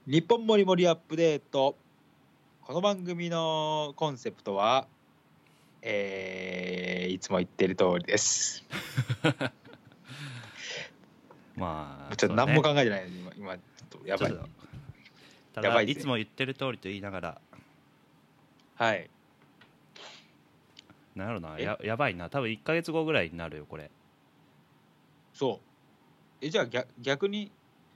日本もりもりアップデート。この番組のコンセプトは、いつも言ってる通りです。 まあちょっと何も考えてない、今ちょっとやばい。 ただいつも言ってる通りと言いながら、 はい。 なんやろな、やばいな。多分1ヶ月後ぐらいになるよこれ。 そう。じゃあ逆に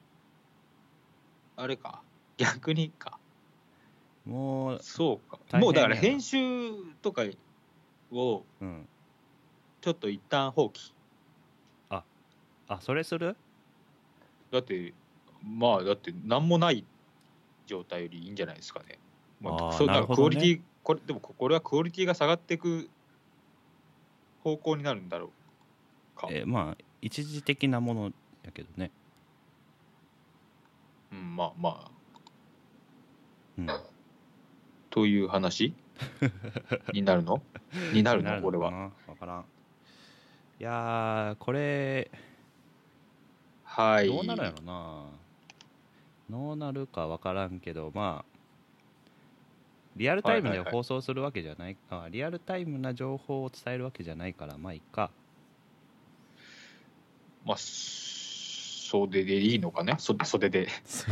あれか。逆にか。 もうそうか。もうだから編集とかをちょっと一旦放棄。 それする？ だって何もない状態よりいいんじゃないですかね。そうなるほどね。クオリティこれはクオリティが下がっていく方向になるんだろうか。 まあ一時的なものやけどね。 まあ、という話になるのになるのこれは。 分からん。いやこれ、 はい、 どうなるやろな。どうなるか分からんけど、まあリアルタイムで放送するわけじゃない、リアルタイムな情報を伝えるわけじゃないから、まあいいか。 まあそれでいいのかね。それで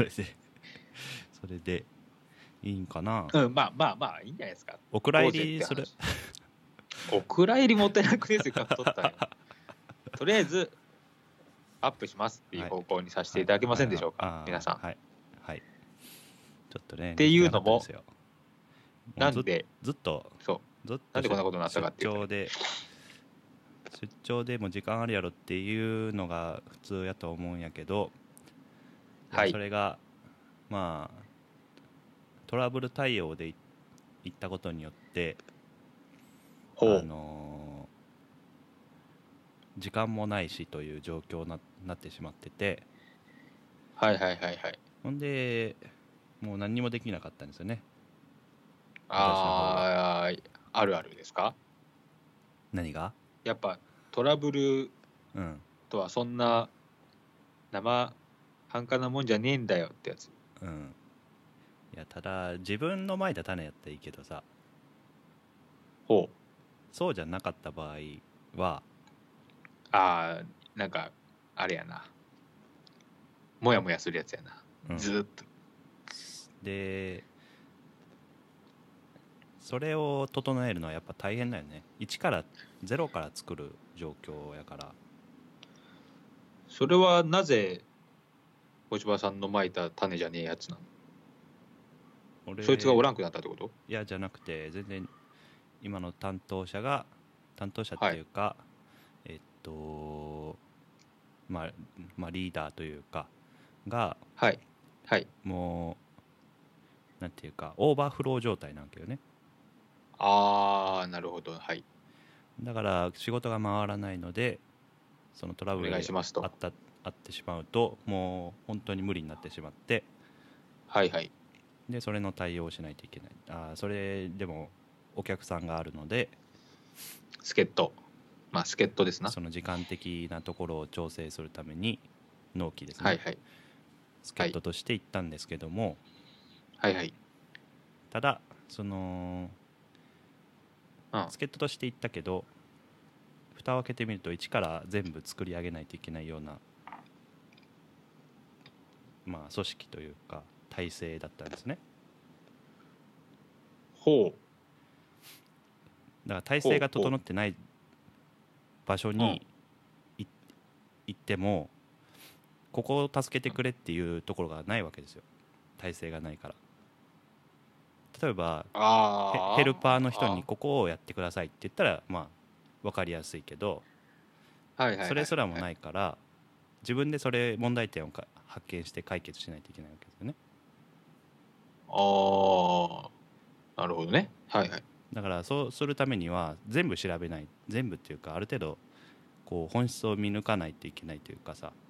いいんかな。 まあいいんじゃないですか。 お蔵入りする。 お蔵入りもってなくですよ、買っとったら。とりあえずアップしますっていう方向にさせていただけませんでしょうか、皆さん。 はいちょっとね。 っていうのもなんでずっとなんでこんなことになったかっていうと、 出張でも時間あるやろっていうのが普通やと思うんやけど、それがまあトラブル対応で行ったことによって時間もないしという状況になってしまってて、ほんでもう何にもできなかったんですよね。 あるあるですか？ 何が？ やっぱトラブルとはそんな生半可なもんじゃねえんだよってやつ。 いや、ただ自分のまいた種やったらいいけどさ、そうじゃなかった場合はなんかあれやな、もやもやするやつやな、ずっと。 でそれを整えるのはやっぱ大変だよね。0から作る状況やから。 それはなぜ小柴さんのまいた種じゃねえやつなの？そいつがおらんくなったってこと？ いや、じゃなくて、全然今の担当者っていうか、まあリーダーというかが、もうなんていうかオーバーフロー状態なんけどね。 なるほど。 だから仕事が回らないので、そのトラブルがあってしまうともう本当に無理になってしまって、でそれの対応をしないといけない。それでもお客さんがあるので、 助っ人ですな。 その時間的なところを調整するために納期ですね、助っ人として行ったんですけども、ただその助っ人として行ったけど、蓋を開けてみると一から全部作り上げないといけないような、まあ組織というか体制だったんですね。だから体制が整ってない場所に行っても、ここを助けてくれっていうところがないわけですよ、体制がないから。例えばヘルパーの人にここをやってくださいって言ったらまあ分かりやすいけど、それすらもないから自分でそれ問題点を発見して解決しないといけないわけですよね。 なるほどね。 だからそうするためには全部調べない、全部っていうかある程度こう本質を見抜かないといけないというかさ。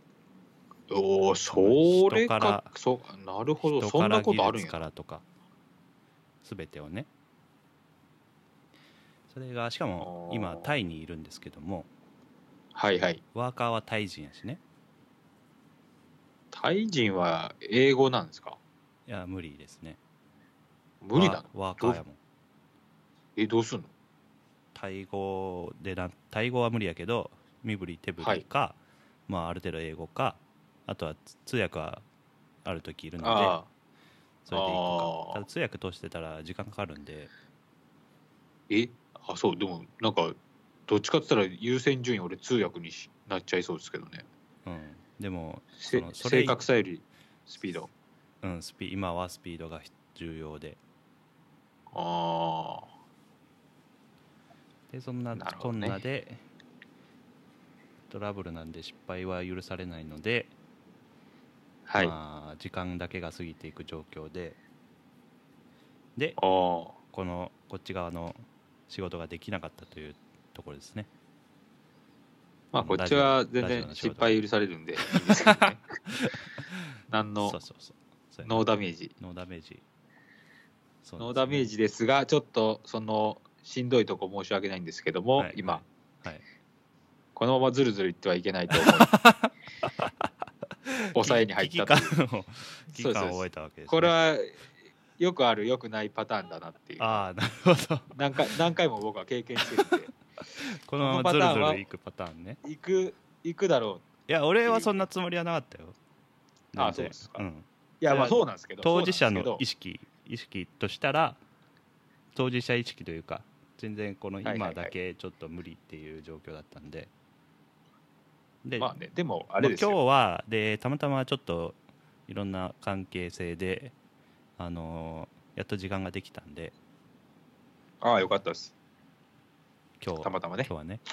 それか、なるほど、そんなことあるんや。 人から技術からとか全てをね。それがしかも今タイにいるんですけども、ワーカーはタイ人やしね。 タイ人は英語なんですか？ いや無理ですね。 無理なの？ ワーカーやもん。 どうすんの？ タイ語は無理やけど身振り手振りか、まあある程度英語か、あとは通訳はある時いるのでそれで行くか。ただ通訳通してたら時間かかるんで。 そう。でもなんかどっちかって言ったら優先順位俺通訳になっちゃいそうですけどね。 でも正確さよりスピード。 今はスピードが重要で。でそんなこんなで、トラブルなんで失敗は許されないので、まあ時間だけが過ぎていく状況でこっち側の仕事ができなかったというところですね。 まあこっちは全然失敗許されるんでいいですけどね。何のノーダメージ。ノーダメージですが、ちょっとしんどいとこ申し訳ないんですけども、今、このままずるずるいってはいけないと思い抑えに入ったという危機感を覚えたわけですね。 これはよくある良くないパターンだなっていう。 なるほど。 何回も僕は経験してるんでこのままずるずるいくパターンね。 いくだろう。 いや俺はそんなつもりはなかったよ。 そうですか。いやまあそうなんですけど、 当事者の意識としたら、当事者意識というか全然この今だけちょっと無理っていう状況だったんで。 まあね、でもあれですよ、 今日はたまたまちょっといろんな関係性でやっと時間ができたんで。 よかったです。 今日たまたまね。 今日はね。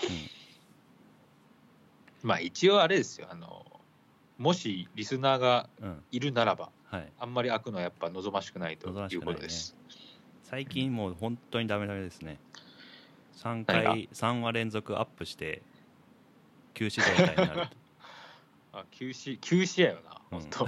まあ一応あれですよ、もしリスナーがいるならば、あんまり開くのはやっぱ望ましくないということです。 最近もう本当にダメですね。3話連続アップして休止状態になると。 休止やよな、本当。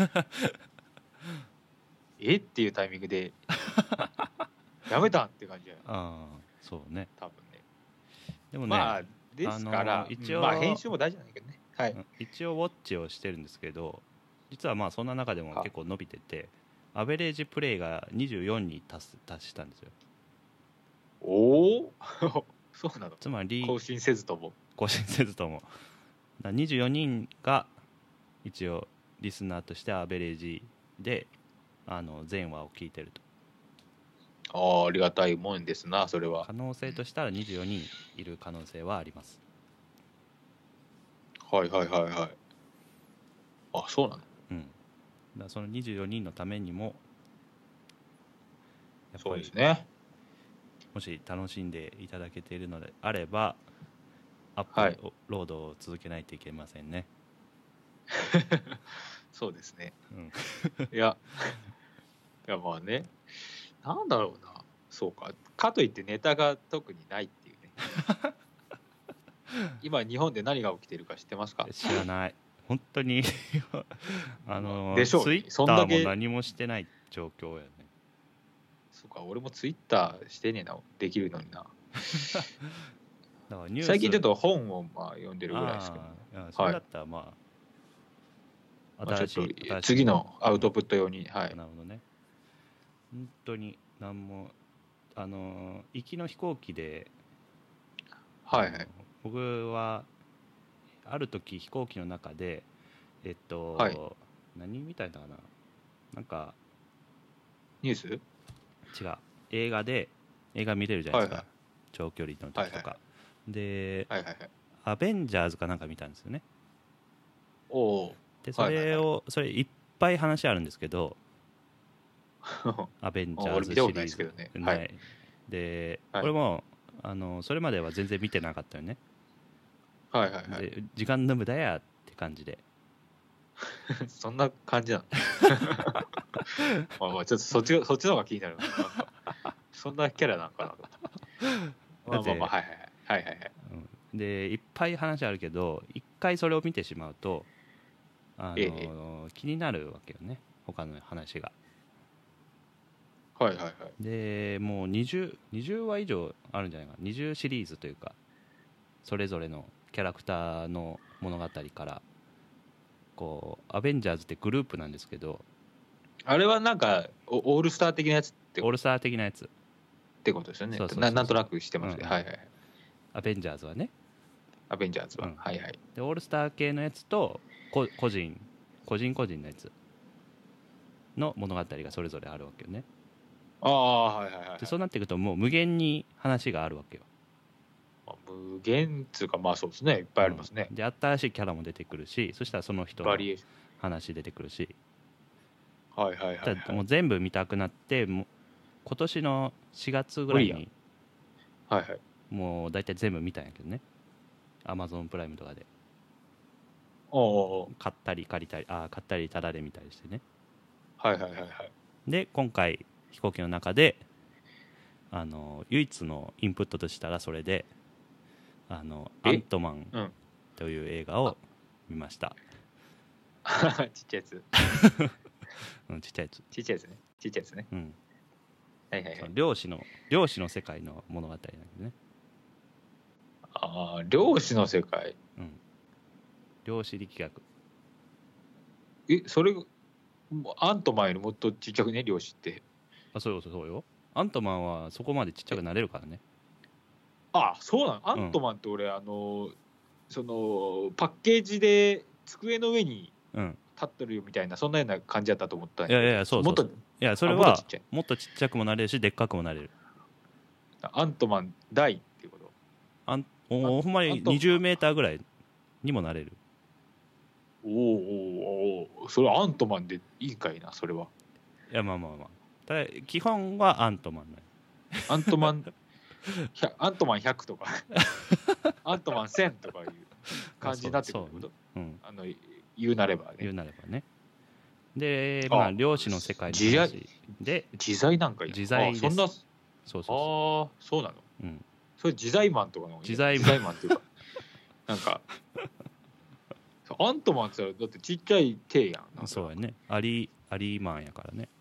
っていうタイミングでやめたって感じやよ。 そうね。 多分ね。 でもね、 まあですから一応、まあ編集も大事なんだけどね。 一応ウォッチをしてるんですけど、実はまあそんな中でも結構伸びてて、アベレージプレイが24に達したんですよ。 そうなの。 つまり更新せずとも 24人が一応リスナーとしてアベレージで全話を聞いてると。 ありがたいもんですな。それは可能性としたら24人いる可能性はあります。 はい。そうなの。 だその24人のためにもやっぱりそうですね。 もし楽しんでいただけているのであればアップロードを続けないといけませんね。 そうですね。いやまあね、なんだろうな。そうかといってネタが特にないっていうね。今日本で何が起きてるか知ってますか？ 知らない。本当にでしょうね。 ツイッターも何もしてない状況やね。 そうか、俺もツイッターしてねえな、できるのにな。 だから最近ちょっと本をまあ読んでるぐらいですけど、 それだったらまあ新しい次のアウトプット用に。 なるほどね。本当に何も行きの飛行機で、僕はある時飛行機の中で何みたいなかな、なんかニュース？ 違う、映画見れるじゃないですか、長距離の時とかで、アベンジャーズかなんか見たんですよね。でそれいっぱい話あるんですけどアベンジャーズシリーズで、俺もそれまでは全然見てなかったよね。で時間の無駄やって感じでそんな感じなの？ちょっとそっちの方が気になる。そんなキャラなんかな。 でいっぱい話あるけど一回それを見てしまうと気になるわけよね、他の話が。でもう20話以上あるんじゃないかな。20シリーズというか、それぞれのキャラクターの物語からこうアベンジャーズってグループなんですけど、 あれはなんかオールスター的なやつってオールスター的なやつってことですよね。 そうそうそうそうなんとなくしてますね、 うんはいはい。 アベンジャーズはね。 アベンジャーズは、 うんはいはい。 でオールスター系のやつと個人のやつの物語がそれぞれあるわけよね。 ああ、はいはいはい。 でそうなっていくともう無限に話があるわけよ。 無限っつうか、まあそうですね、いっぱいありますね。 で新しいキャラも出てくるし、そしたらその人のバリエーシ話出てくるし、 ョン。はいはいはい、はい。 もう全部見たくなって、もう今年の4月ぐらいにはいはい。 もう大体全部見たんやけどね、アマゾンプライムとかでおう買ったり借りたり、買ったりタダで見たりしてね。 はいはいはいはい。 で今回飛行機の中で唯一のインプットとしたらそれでアントマンうん。 という映画を見ました。 ちっちゃいやつ。 うん、ちっちゃいやつ。 ちっちゃいやつね。ちっちゃいやつね。 うん、 はいはいはい。 漁師の世界の物語なんだけどね。 ああ、漁師の世界。 うん、量子力学。 それ、アントマンよりもっとちっちゃくね、漁師って。 そうよ。アントマンはそこまでちっちゃくなれるからね。 あ、そうなの。アントマンって俺、そのパッケージで机の上にうん立ってるよみたいな、そんなような感じだったと思ったんいやそうもっと、 いやそれはもっとちっちゃいもっとちっちゃくもなれるしでっかくもなれる。 アントマン大っていうこと。 ほんまに20メーターぐらいにもなれる。 おお、それアントマンでいいかいな、それは。 いやまあただ基本はアントマンなんや。 アントマン100とかアントマン1000とかいう感じになってくるってこと。 うん、 言うなればね。でまあ漁師の世界の話で自在なんかいい自在です。 そんなそうああ、そうなの。 うん、 それ自在マンとかの自在マンっていうかなんかアントマンって言ったらだってちっちゃい手やん。 そうやね。アリーマンやからね。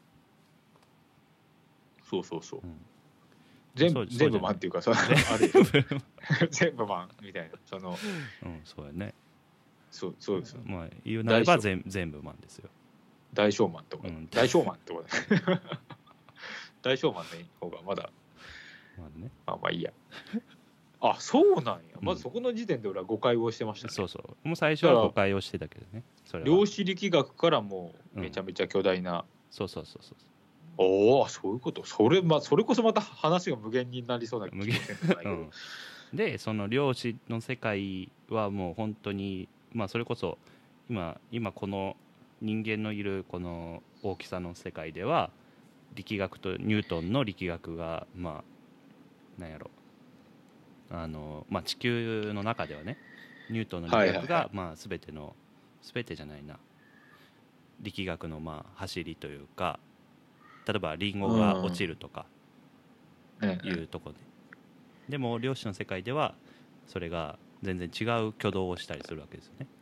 そう、 うん、 全部マンっていうかあれ全部マンみたいなそうやね。 そうです。 まあ言うなれば全部マンですよ。 大小マンとか、大小マンとか大小マンの方がまだね。 まあいいや。あ、そうなんや。まずそこの時点で俺は誤解をしてましたね。 そうもう最初は誤解をしてたけどね。 量子力学からもうめちゃめちゃ巨大な、 そうおお、そういうこと。それこそまた話が無限になりそうな気がするんだでその量子の世界はもう本当にまあそれこそ今この人間のいるこの大きさの世界では力学とニュートンの力学がまあなんやろまあ地球の中ではねニュートンの力学がまあ全てじゃないな力学のまあ走りというか、例えばリンゴが落ちるとかいうところで、でも量子の世界ではそれが全然違う挙動をしたりするわけですよね。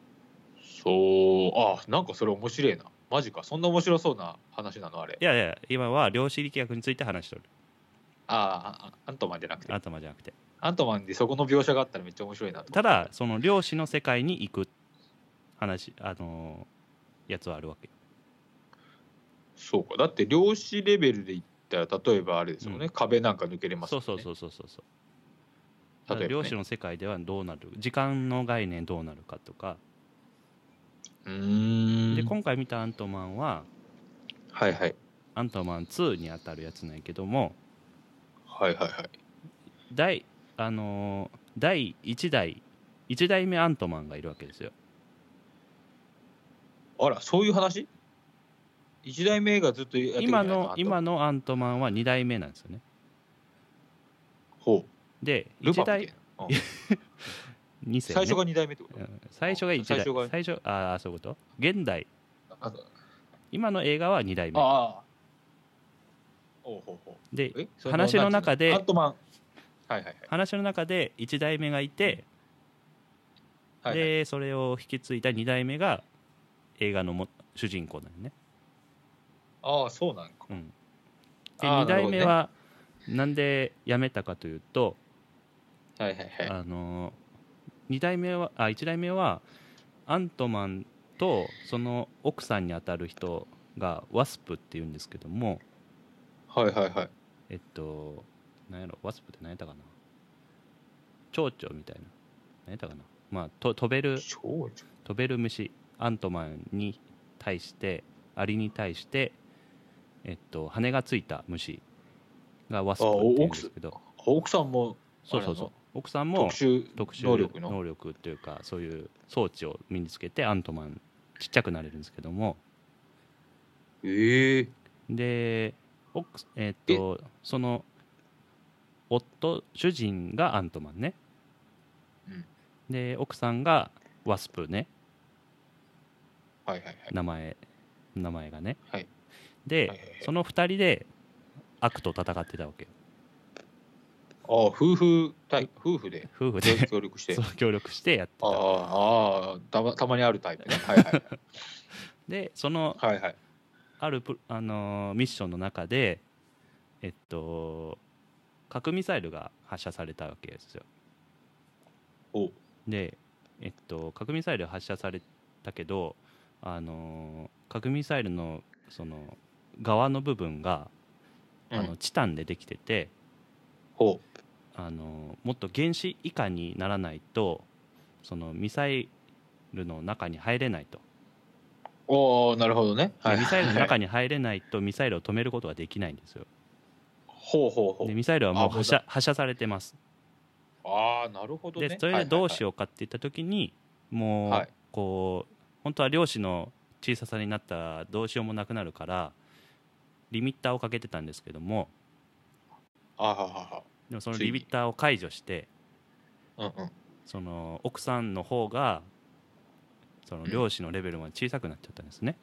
なんかそれ面白いな。マジか。そんな面白そうな話なのあれ。 いや今は量子力学について話しとる。 アントマンじゃなくて。 アントマンじゃなくて。 アントマンでそこの描写があったらめっちゃ面白いなと。 ただその量子の世界に行く話やつはあるわけよ。 そうか。だって量子レベルで言ったら例えばあれですよね、壁なんか抜けれますよね。 そう例えば、量子の世界ではどうなる、時間の概念どうなるかとか。で今回見たアントマンはアントマン2にあたるやつなんやけども、第1代目アントマンがいるわけですよ。 あら、そういう話？1代目がずっとやってる今のアントマンは2代目なんですよね。 ほうで 1代 2世、ね、 最初が2代目ってこと？ 最初が1代、最初そういうこと。現代今の映画は2代目。で話の中で話の中で1代目がいて、でそれを引き継いだ2代目が映画の主人公なのね。 ああ、そうなんか。 で2代目はなんで辞めたかというと、1代目はアントマンとその奥さんにあたる人がワスプっていうんですけども、 はいはいはい。 何やろ、ワスプって何やったかな、蝶々みたいな、何やったかな、まあ飛べる虫、アントマンに対して、アリに対して、羽がついた虫がワスプっていうんですけど、 奥さんもそう奥さんも特殊能力というか、そういう装置を身につけてアントマンちっちゃくなれるんですけども、でその主人がアントマンね、で奥さんがワスプね、 はいはいはい、 名前がね、 はい、 で、 はいはいはい、 その2人で悪と戦ってたわけよ。 夫婦で協力してそう協力してやってた。 たまにあるタイプね。はいはい、 でその、 はいはい、 あるミッションの中で核ミサイルが発射されたわけですよ。で核ミサイル発射されたけど、核ミサイルのその側の部分がチタンでできてて、もっと原子以下にならないとそのミサイルの中に入れないと。 なるほどね。 ミサイルの中に入れないとミサイルを止めることができないんですよ。でミサイルはもう発射されてます。 なるほどね。 でそれでどうしようかっていった時に、もうこう本当は量子の小ささになったらどうしようもなくなるからリミッターをかけてたんですけども、でもそのリミッターを解除して、その奥さんの方がその量子のレベルまで小さくなっちゃったんですね。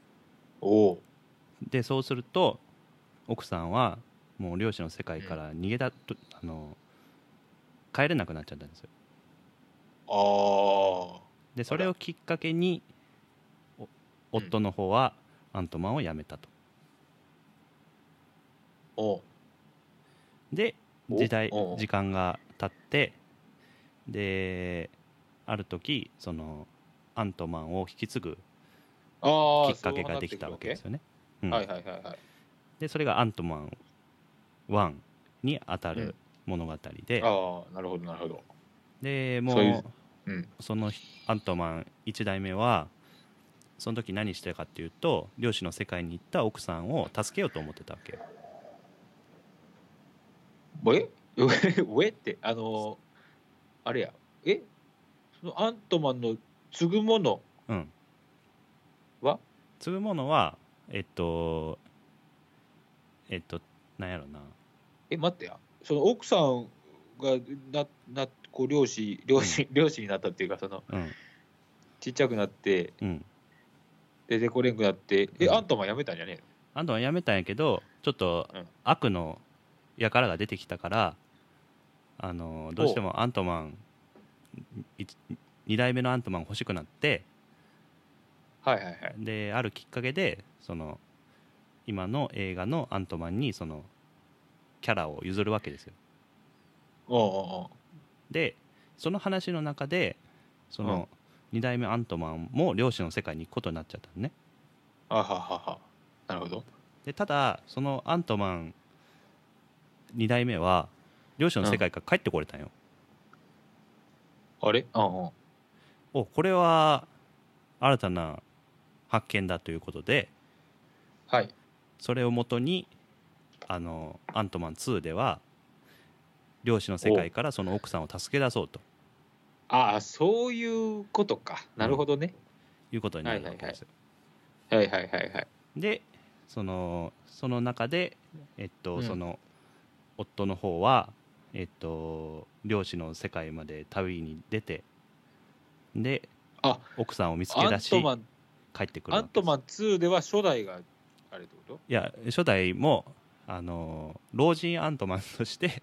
でそうすると奥さんはもう量子の世界から逃げたと、帰れなくなっちゃったんですよ。でそれをきっかけに夫の方はアントマンを辞めたと。で時間が経って、である時そのアントマンを引き継ぐきっかけができたわけですよね。でそれがアントマン1にあたる物語で、 なるほどなるほど。 でもうそのアントマン1代目はその時何してたかっていうと、量子の世界に行った奥さんを助けようと思ってたわけよ。 ってあれや、そのアントマンの継ぐものは、 継ぐものはなんやろな、 待ってや、その奥さんがこう漁師になったっていうか、その、ちっちゃくなって、出てこれんくなって、アントマン辞めたんじゃねえの？ アントマン辞めたんやけど、ちょっと悪の輩が出てきたから、どうしてもアントマン2代目のアントマン欲しくなって、であるきっかけでその今の映画のアントマンにそのキャラを譲るわけですよ。でその話の中でその2代目アントマンも量子の世界に行くことになっちゃったのね。 なるほど。 でただそのアントマン2代目は量子の世界から帰ってこれたんよ。 あれ？ これは新たな発見だということで、それをもとにアントマン2では量子の世界からその奥さんを助け出そうと。 そういうことか。なるほどね。 いうことになるわけですよ。でその中でその夫の方は漁師の世界まで旅に出て、で奥さんを見つけ出し帰ってくるわけです。 アントマン2では初代があれってこと？ いや初代も老人アントマンとして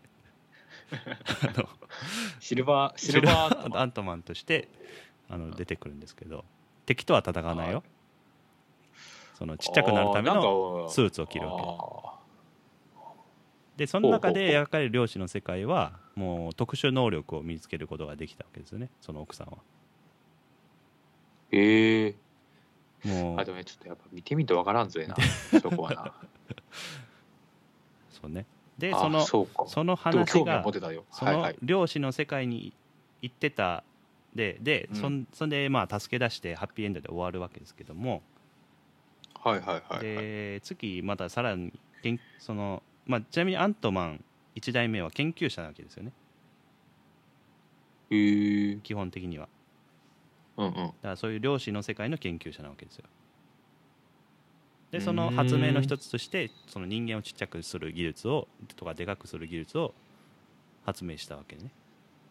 シルバーアントマンとして出てくるんですけど、敵とは戦わないよ。そのちっちゃくなるためのスーツを着るわけで、その中で描かれる漁師の世界はもう特殊能力を身につけることができたわけですよね、その奥さんは。 もうでもね、ちょっとやっぱ見てみんとわからんぜな、そこはな。 そうね。でそうか。 そのでも興味は話が持てたよ。 そはいはい。 の漁師の世界に行ってたで、そんでまあ助け出してハッピーエンドで終わるわけですけども、 はいはいはいはい。 で次またさらにちなみにアントマン1代目は研究者なわけですよね、 へえ。 基本的には。 うんうん。 だからそういう量子の世界の研究者なわけですよ。でその発明の一つとしてその人間をちっちゃくする技術をとかでかくする技術を発明したわけね。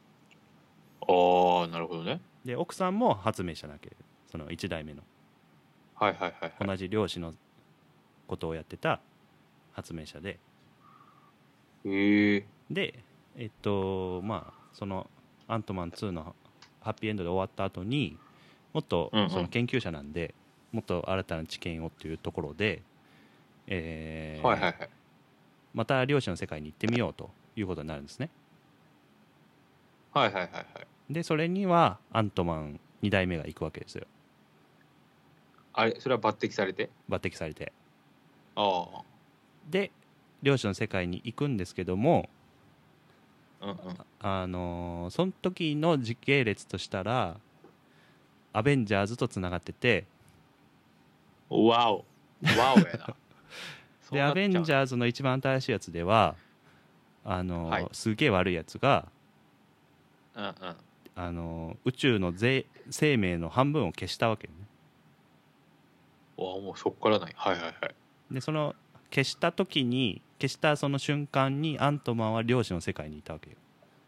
ああ、なるほどね。 で奥さんも発明者なわけ、その1代目のはいはいはいはい。 同じ量子のことをやってた発明者で、 へえ。 でまあそのアントマン2のハッピーエンドで終わった後にもっとうんうんその研究者なんで、もっと新たな知見をっていうところで、 はいはいはい。 また量子の世界に行ってみようということになるんですね。 はいはいはいはい。 でそれにはアントマン2代目が行くわけですよ、 あれ、それは抜擢されて？ 抜擢されて。 あで量子の世界に行くんですけども、 あ。うんうん。 その時の時系列としたらアベンジャーズとつながってて、 わお。わおやな。 でアベンジーャーズの一番新しいやつでははいすげえ悪いやつがうんうん。 宇宙の生命の半分を消したわけよね。 もうそっからない。はいはいはい。 でその消したその瞬間にアントマンは量子の世界にいたわけよ。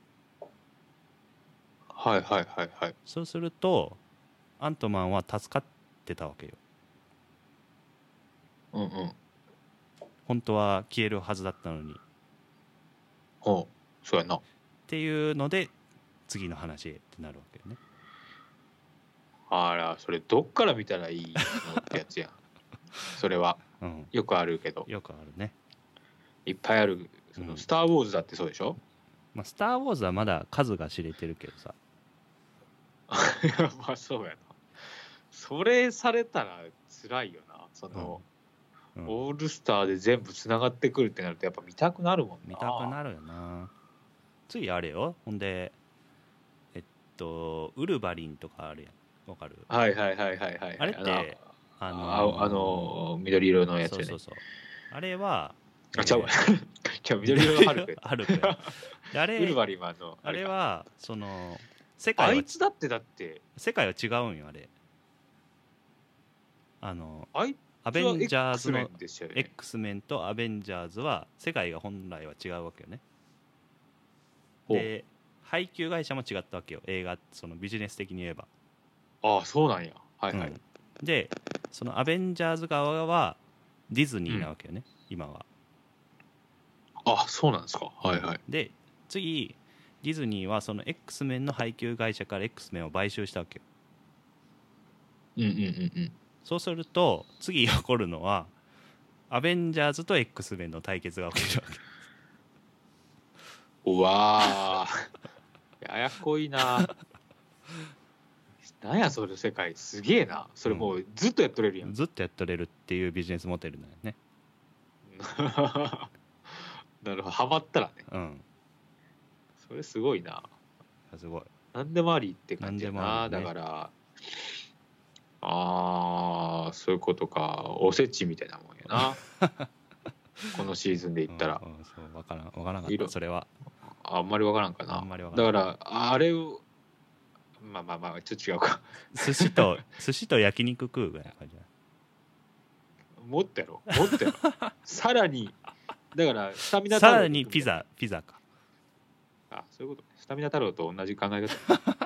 はいはいはいはい。 そうするとアントマンは助かってたわけよ。 うんうん。 本当は消えるはずだったのにっそうやな。 ていうので次の話ってなるわけよね。 あら、それどっから見たらいいのってやつやん。それはよくあるけど、 よくあるね。 いっぱいある。そのスター・ウォーズだってそうでしょ。 まあスター・ウォーズはまだ数が知れてるけどさ。 まあそうやな。それされたら辛いよな。その、オールスターで全部つながってくるってなるとやっぱ見たくなるもんな。 見たくなるよな。次あれよ、ほんでウルヴァリンとかあるやん、わかる？ はいはいはいはいはい。 あれって緑色のやつね。 そうあれはちゃう緑色のハルク。 ハルクやであれウルヴァリンはあれはそのあいつだって世界は違うんよあれ。 あいアベンジャーズの X メンとアベンジャーズは世界が本来は違うわけよね。で配給会社も違ったわけよ、映画そのビジネス的に言えば。 ああそうなんや。はいはい。 でそのアベンジャーズ側はディズニーなわけよね、今は。 あ、そうなんですか。はいはい。 で次ディズニーはその X メンの配給会社から X メンを買収したわけよ。そうすると次起こるのはアベンジャーズと X メンの対決が起きるわけ。 うわーややこいな。なんやそれ世界すげえな。それもうずっとやっとれるやん。 ずっとやっとれるっていうビジネスモデルだよね。 なるほど、ハマったらね。それすごいな。 すごい。 何でもありって感じやな。だからそういうことか。おせちみたいなもんやな。このシーズンで言ったら。 そう分からなかったそれは。 あんまり分からんかな。だからあれをまあちょっと違うか。 寿司と焼肉食うぐらいな感じだ。 もっとやろさらにだからスタミナ太郎さらにピザか。 あ、そういうこと。スタミナ太郎と同じ考え方。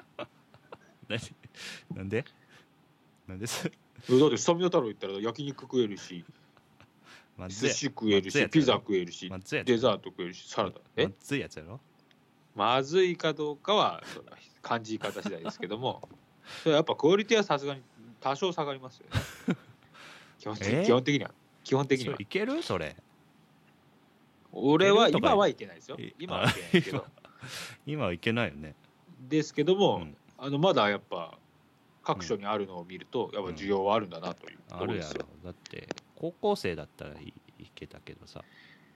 なんでだってスタミナ太郎行ったら焼肉食えるし、寿司食えるし、ピザ食えるし、デザート食えるし、サラダ。 まずいやつやろ。 まずいかどうかは感じ方次第ですけども、それやっぱクオリティはさすがに多少下がりますよね。基本的には。 いけるそれ。 俺は今はいけないですよ。今はいけないけど。 今はいけないよね。 ですけども、まだやっぱ各所にあるのを見ると、やっぱ需要はあるんだなというところですよ。 あるやろ。だって高校生だったらいけたけどさ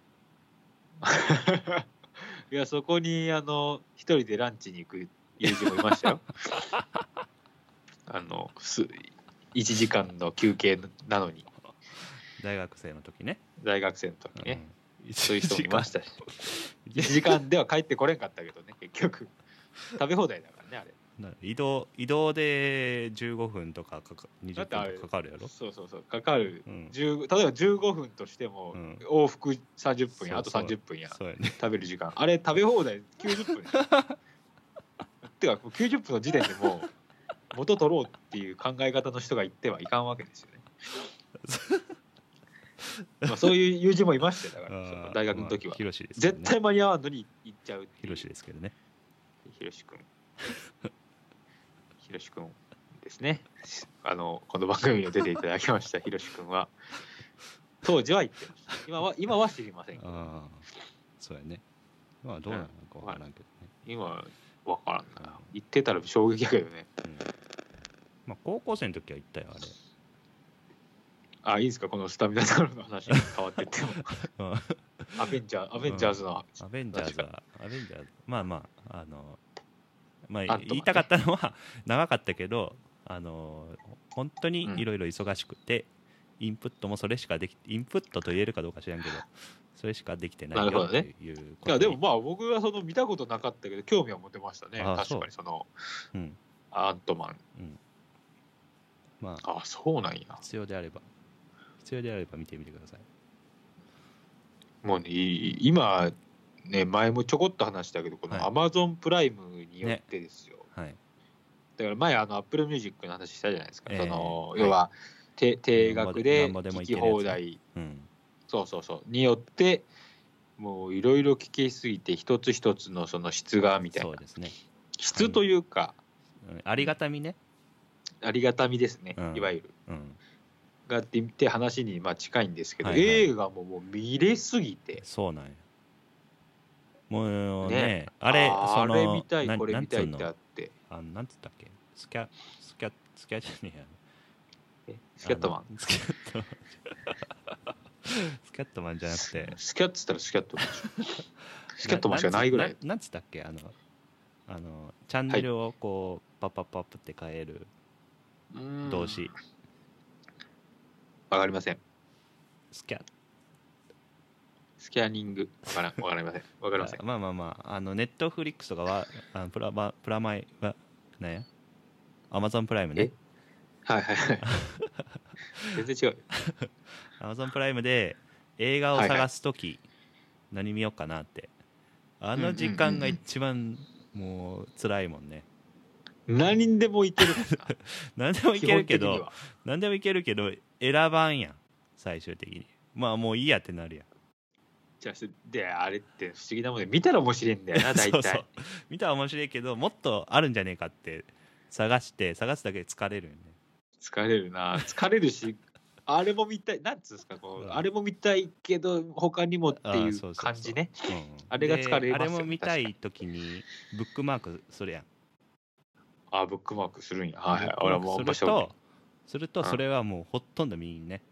いや、そこに一人でランチに行く友人もいましたよ。1時間の休憩なのに。 大学生の時ね。 大学生の時ね。そういう 1 人もいましたし。1時間では帰ってこれんかったけどね、結局。食べ放題だからね、あれ。 移動で15分とか20分とかかかるやろ。 そうかかる、 うん、 例えば15分としても、往復30分や、あと30分や、 そうやね、 食べる時間あれ食べ放題90分てか90分の時点でもう元取ろうっていう考え方の人が言ってはいかんわけですよね。まあそういう友人もいましたよ。だからその大学の時は、 広しですね、 絶対間に合わんのに行っちゃう。 広しですけどね。 広し君広し君ですね。この番組に出ていただきました広し君は当時は言ってました。今は知りませんけど。 ああ、そうやね。今はどうなのかわからんけどね。 今は分からんな。言ってたら衝撃やけどね。 まあ高校生の時は言ったよあれ。 いいですか、このスタミナ太郎の話に変わってっても。アベンジャーズのアベンジャーズまあ言いたかったのは長かったけど本当にいろいろ忙しくて、インプットもそれしかインプットと言えるかどうか知らんけどそれしかできてないよっていうこと。 いやでもまあ僕は見たことなかったけど興味は持てましたね。確かにアントマン、 まあそうなんや。 必要であれば見てみてください。 もうね、今ね、前もちょこっと話したけど、この Amazon プライムによってですよ、だから前Apple Music の話したじゃないですか。要は定額で聴き放題、そうによってもういろいろ聴きすぎて一つ一つのその質がみたいな、質というかありがたみね、 ありがたみですね、いわゆるがって話に近いんですけど、映画ももう見れすぎて、 そうなんや。もうね、 あれ見たいこれ見たいってあって、 なんつったっけ、スキャじゃねえや、 スキャットマンスキャットマンじゃなくて、 スキャッつったらスキャットマンスキャットマンしかないぐらい。 なんつったっけ、チャンネルをこうパッって変える動詞。 わかりません。 スキャニングわかりません。わかりません。 まあネットフリックスとかはプラマイは何や、アマゾンプライムね。 はい全然違う。 アマゾンプライムで映画を探すとき、何見ようかなって、時間が一番もう辛いもんね。 何でもいける何でもいけるけど選ばんやん最終的に。まあもういいやってなるやん。 じゃああれって不思議なもんで、見たら面白いんだよな大体。 そう見たら面白いけどもっとあるんじゃねえかって探すだけで疲れるよね。 疲れるな、疲れるしあれも見たい、なんつうんですか、あれも見たいけど他にもっていう感じね。あれが疲れますよね。 あれも見たい時にブックマークするやん。 ブックマークするんや。 俺もするとそれはもうほとんど見んね。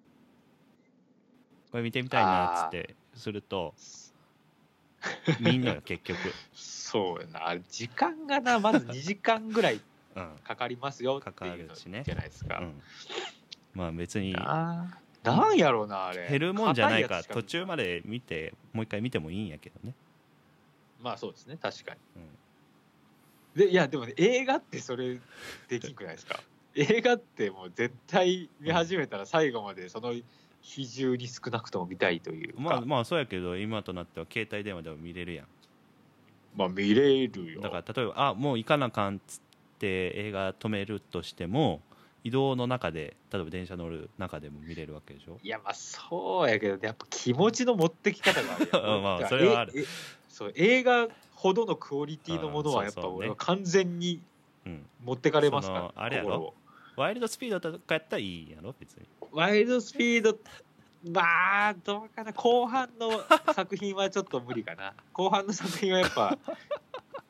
これ見てみたいなっつってすると見んのよ結局。 そうやな、時間がな、まず2時間ぐらいかかりますよっていうのじゃないですか。 まあ別になんやろうな、あれ減るもんじゃないから途中まで見てもう一回見てもいいんやけどね。 まあそうですね、確かに。いやでもね、映画ってそれできんくないですか。映画ってもう絶対見始めたら最後までその比重に少なくとも見たいというか。 まあそうやけど今となっては携帯電話でも見れるやん。 まあ見れるよ。 だから例えばもう行かなあかんっつって映画止めるとしても移動の中で例えば電車乗る中でも見れるわけでしょ。 いやまあそうやけど、やっぱ気持ちの持ってき方があるやん。 まあそれはある。 そう映画ほどのクオリティのものはやっぱ俺は完全に持ってかれますから、 あれやろ、ワイルドスピードとかやったらいいやろ別に。 ワイルドスピードまあどうかな、後半の作品はちょっと無理かな。後半の作品はやっぱ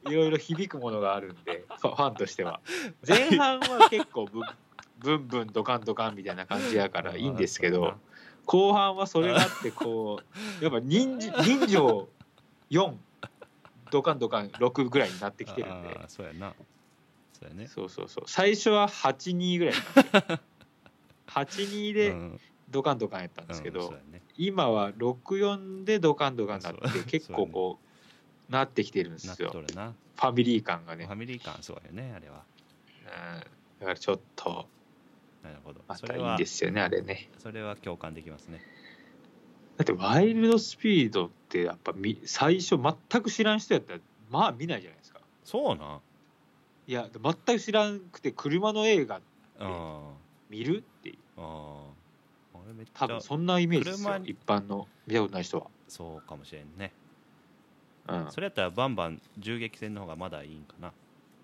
いろいろ響くものがあるんでファンとしては前半は結構ブンブンドカンドカンみたいな感じやからいいんですけど、後半はそれがあってこうやっぱ人情4ドカンドカン6ぐらいになってきてるんで、 そうやな、そうやね、 そう最初は 8-2 ぐらいなんですよ8-2 でドカンドカンやったんですけど、今は 6-4 でドカンドカンになって結構こうなってきてるんですよ。ファミリー感がね。 ファミリー感そうよねあれは。 だからちょっとなるほど、 またいいんですよねあれね。 それは共感できますね。 だってワイルドスピードってやっぱ最初全く知らん人やったらまあ見ないじゃないですか。 そうなん。 いや全く知らんくて車の映画って見るっていう。 俺めっちゃ多分そんなイメージですよ一般の見たことない人は。 そうかもしれんね。 うん、 それやったらバンバン銃撃戦の方がまだいいんかな。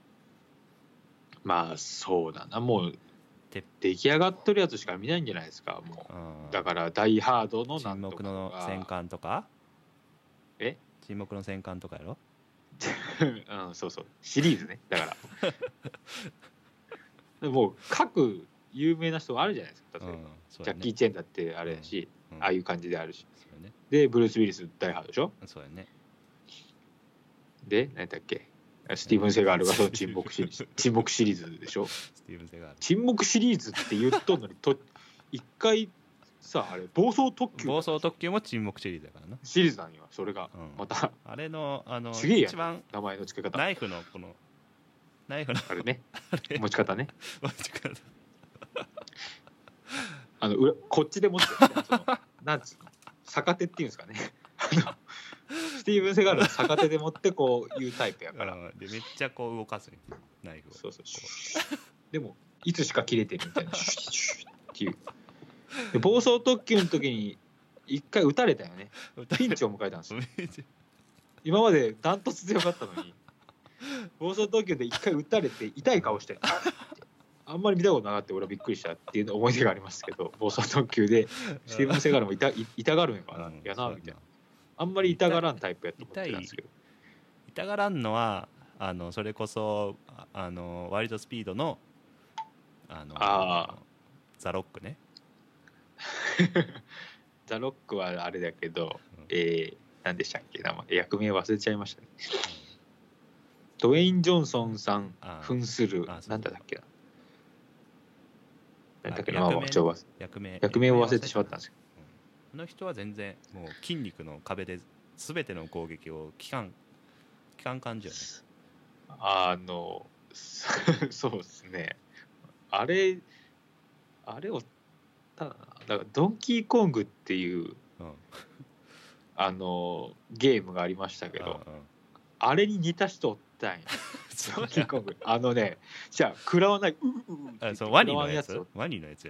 まあそうだな、もう出来上がっとるやつしか見ないんじゃないですかもう。だからダイハードの沈黙の戦艦とか。沈黙の戦艦とかやろうん、そうシリーズね。だからでも各有名な人があるじゃないですか。例えば、ジャッキー・チェンだってあれだし、ああいう感じであるし、でブルース・ウィリスダイハードでしょ。 そうやね。 で何だっけ、スティーブン・セガールがその沈黙シリーズでしょ。 スティーブン・セガール沈黙シリーズって言っとんのに一回さあれ暴走特急も沈黙シリーズだからな。 シリーズなんよそれが、またあれのすげえや一番名前の付け方、 ナイフのあれね持ち方ねこっちで持ってなんつうの逆手っていうんですかねスティーブン・セガールの逆手で持ってこういうタイプやからでめっちゃこう動かすナイフを。 そうでもいつしか切れてるみたいなシュッシュッっていうで暴走特急の時に一回撃たれたよね。ピンチを迎えたんですよ今までダントツでよかったのに暴走特急で一回撃たれて痛い顔してあんまり見たことなかった俺はびっくりしたっていう思い出がありますけど、暴走特急でスティーブン・セガールも痛がるんやからやなみたいな。あんまり痛がらんタイプやと思ってたんですけど、 痛がらんのはそれこそワイルドスピードのザ・ロックねザ・ロックはあれだけど、何でしたっけ名前役名忘れちゃいましたね。ドウェイン・ジョンソンさん扮するなんだっけな、なんだっけな、役名を忘れてしまったんですけど、 あの人は全然もう筋肉の壁で全ての攻撃を効かん感じよね。 そうですね。あれをだからドンキーコングっていう、ゲームがありましたけど、あれに似た人おったんやドンキーコングじゃあ食らわないワニのやつやね。ワニのやつ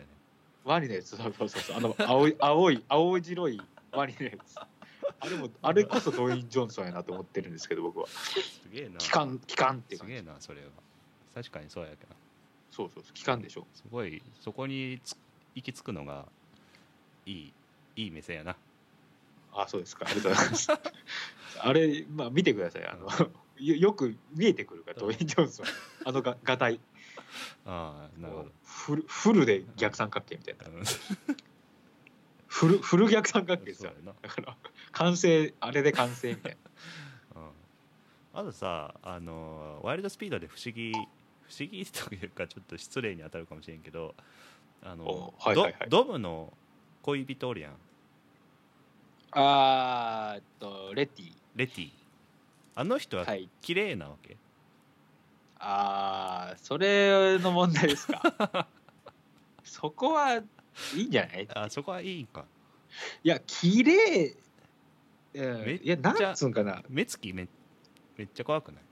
そう青白いワニのやつあれこそドウェイン・ジョンソンやなと思ってるんですけど僕は。 すげえな。機関って感じ。 すげえなそれは。確かにそうやけど。 そう機関でしょ。 すごいそこに行き着くのがいい目線やな。 そうですか。ありがとうございます。あれ見てください。よく見えてくるからドウェイン・ジョンソンがたい。 なるほど。 フルで逆三角形みたいな。フル逆三角形ですよ。だからあれで完成みたいな。あとさワイルドスピードで不思議というかちょっと失礼に当たるかもしれんけどドムの恋人おるやん。 レティあの人は綺麗なわけ。 それの問題ですかそこはいいんじゃない。 そこはいいんか。 いや綺麗、いやなんつうんかな、 目つきめっちゃ怖くない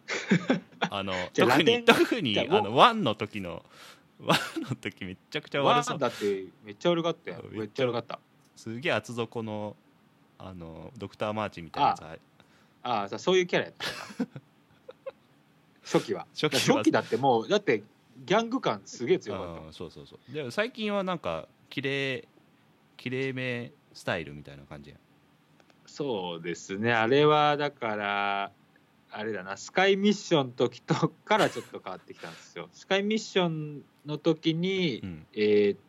特にワンの時めっちゃくちゃ悪そう。 ワンだってめっちゃ悪かったよ。めっちゃ悪かった。 すげえ厚底のドクター・マーチンみたいなやつ。 そういうキャラやったな初期だってもうだってギャング感すげえ強かった。 そうで最近はなんか綺麗めスタイルみたいな感じや。 そうですね。あれはだからあれだな、スカイミッションの時とからちょっと変わってきたんですよ。スカイミッションの時に、 うん、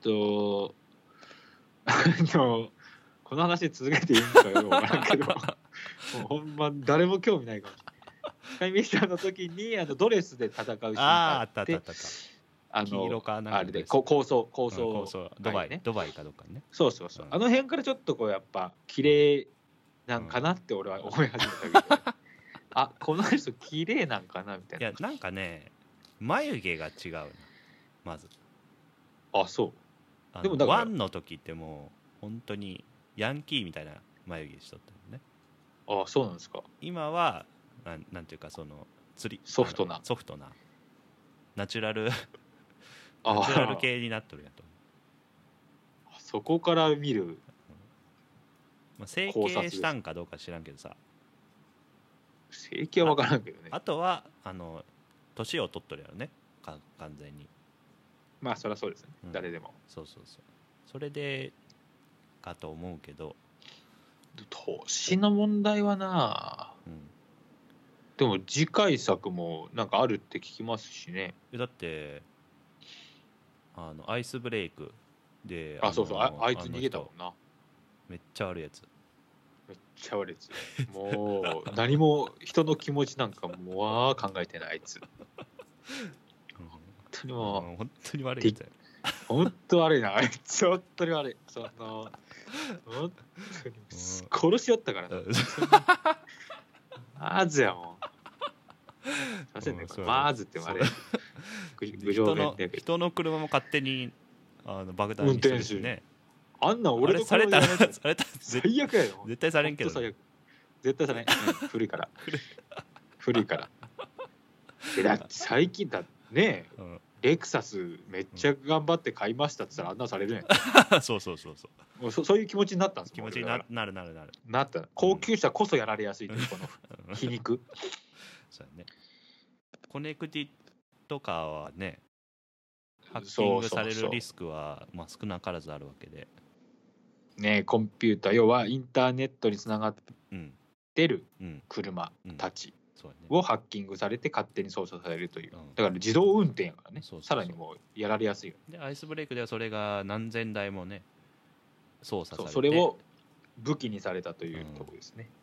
この話続けていいんかよくわからんけどもうほんま誰も興味ないかもしれない。スカイミッションの時にドレスで戦うシーンがあって、 黄色かなんかあれで高層ドバイかどっかにね。 そう、あの辺からちょっとこうやっぱ綺麗なんかなって俺は思い始めたけど、あ、この人綺麗なんかなみたいな。 いやなんかね、眉毛が違うな、まず。 あ、そう。 でもだからワンの時ってもう本当にヤンキーみたいな眉毛しとったよね。 あ、そうなんですか。 今はなんていうか、そのソフトなナチュラル系になっとるやと。 そこから見る、 まあ、整形したんかどうか知らんけどさ。 整形は分からんけどね。 あとは年を取っとるやろね、完全に。 まあそりゃそうですね、誰でも。 そうそれでかと思うけど、 年の問題はな、でも次回作もなんかあるって聞きますしね。 だってアイスブレイクで、 そう、あいつ逃げたもんな。 めっちゃ悪いやつ。 もう何も人の気持ちなんかもう考えてないあいつ。 本当に悪いやつや。 本当悪いなあいつ、本当に悪い。本当に殺しよったからな。まずやもん。させんね、まずってもあれ。 人の車も勝手に爆弾にするしね。 あんな俺の車で最悪やよ。 絶対されんけど。 絶対されん。古いから。だって最近だね、レクサスめっちゃ頑張って買いましたって言ったらあんなされるやん。そういう気持ちになったんです。 気持ちになる。 なった。高級車こそやられやすいというこの皮肉。 そうやね。コネクティとかはね、ハッキングされるリスクはまあ少なからずあるわけで。 ね、コンピューター、要はインターネットにつながってる車たちをハッキングされて勝手に操作されるという、だから自動運転やからね。さらにもうやられやすいよ。 でアイスブレイクではそれが何千台もね操作されて、 それを武器にされたというところですね。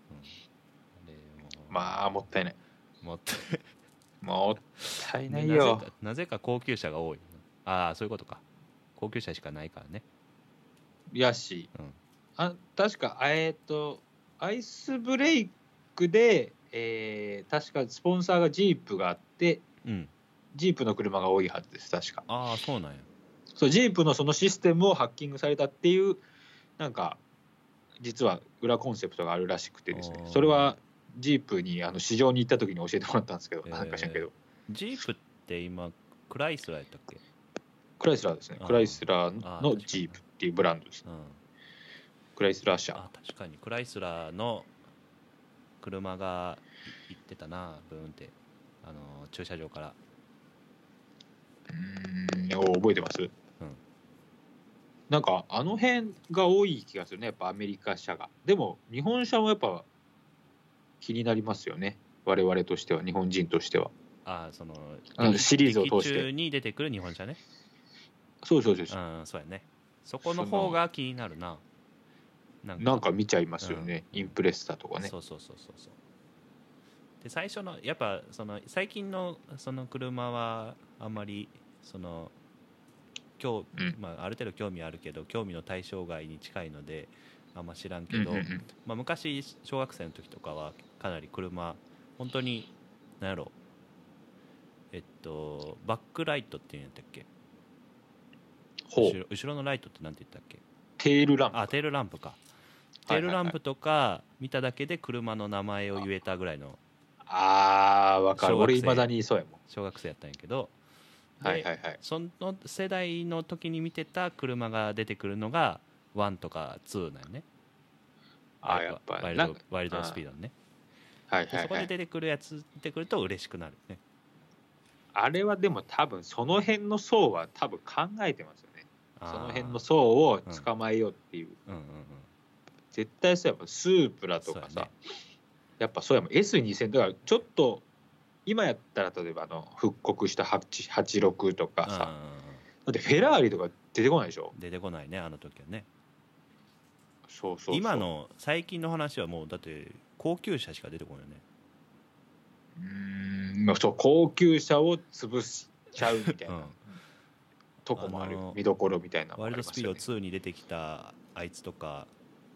まあもったいない。もったいないよ。 なぜか高級車が多い。そういうことか。高級車しかないからね。 やし、確かアイスブレイクで、確かスポンサーがジープがあって、ジープの車が多いはずです、確か。 そうなんや。 そう、ジープのそのシステムをハッキングされたっていうなんか実は裏コンセプトがあるらしくてですね、それはジープに市場に行った時に教えてもらったんですけど、なんか知らんけど。 ジープって今クライスラーやったっけ？ クライスラーですね。クライスラーのジープっていうブランドです。クライスラー社。 確かにクライスラーの車が行ってたな、ブーンって駐車場から。 覚えてます？なんかあの辺が多い気がするね、やっぱアメリカ車が。でも日本車もやっぱ気になりますよね、我々としては、日本人としては。 そのシリーズを通して劇中に出てくる日本車ね。 そうやね。そこの方が気になるな。 なんか見ちゃいますよね、インプレッサとかね。 そうで最初のやっぱその最近のその車はあんまりそのある程度興味あるけど興味の対象外に近いのであんま知らんけど、昔小学生の時とかはかなり車本当に何やろバックライトっていうんやったっけ？後ろのライトってなんて言ったっけ？ テールランプ。 テールランプか。テールランプとか見ただけで車の名前を言えたぐらいの。 わかる。俺いまだにそうやもん。 小学生やったんやけど、その世代の時に見てた車が出てくるのが1とか2なんよね。 やっぱワイルドスピードのね。そこで出てくると嬉しくなるね。 あれはでも多分その辺の層は多分考えてますよね。その辺の層を捕まえようっていう。絶対そうやっぱスープラとかさ、 やっぱそうやもん S2000 だからちょっと今やったら例えば復刻した86とかさ、だってフェラーリとか出てこないでしょ。 出てこないね、あの時はね。 そうそうそう、 今の最近の話はもうだって高級車しか出てこないよね。 そう高級車を潰しちゃうみたいな、とこもある、見どころみたいなのもありますよね。 ワイルドスピード2に出てきたあいつとか、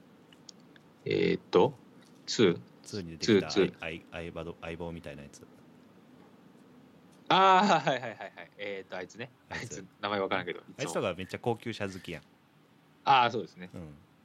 2 に出てきた相棒みたいなやつ。 ああはいはいはいはい、あいつね、あいつ名前わからんけど、 あいつとかめっちゃ高級車好きやん。 ああそうですね、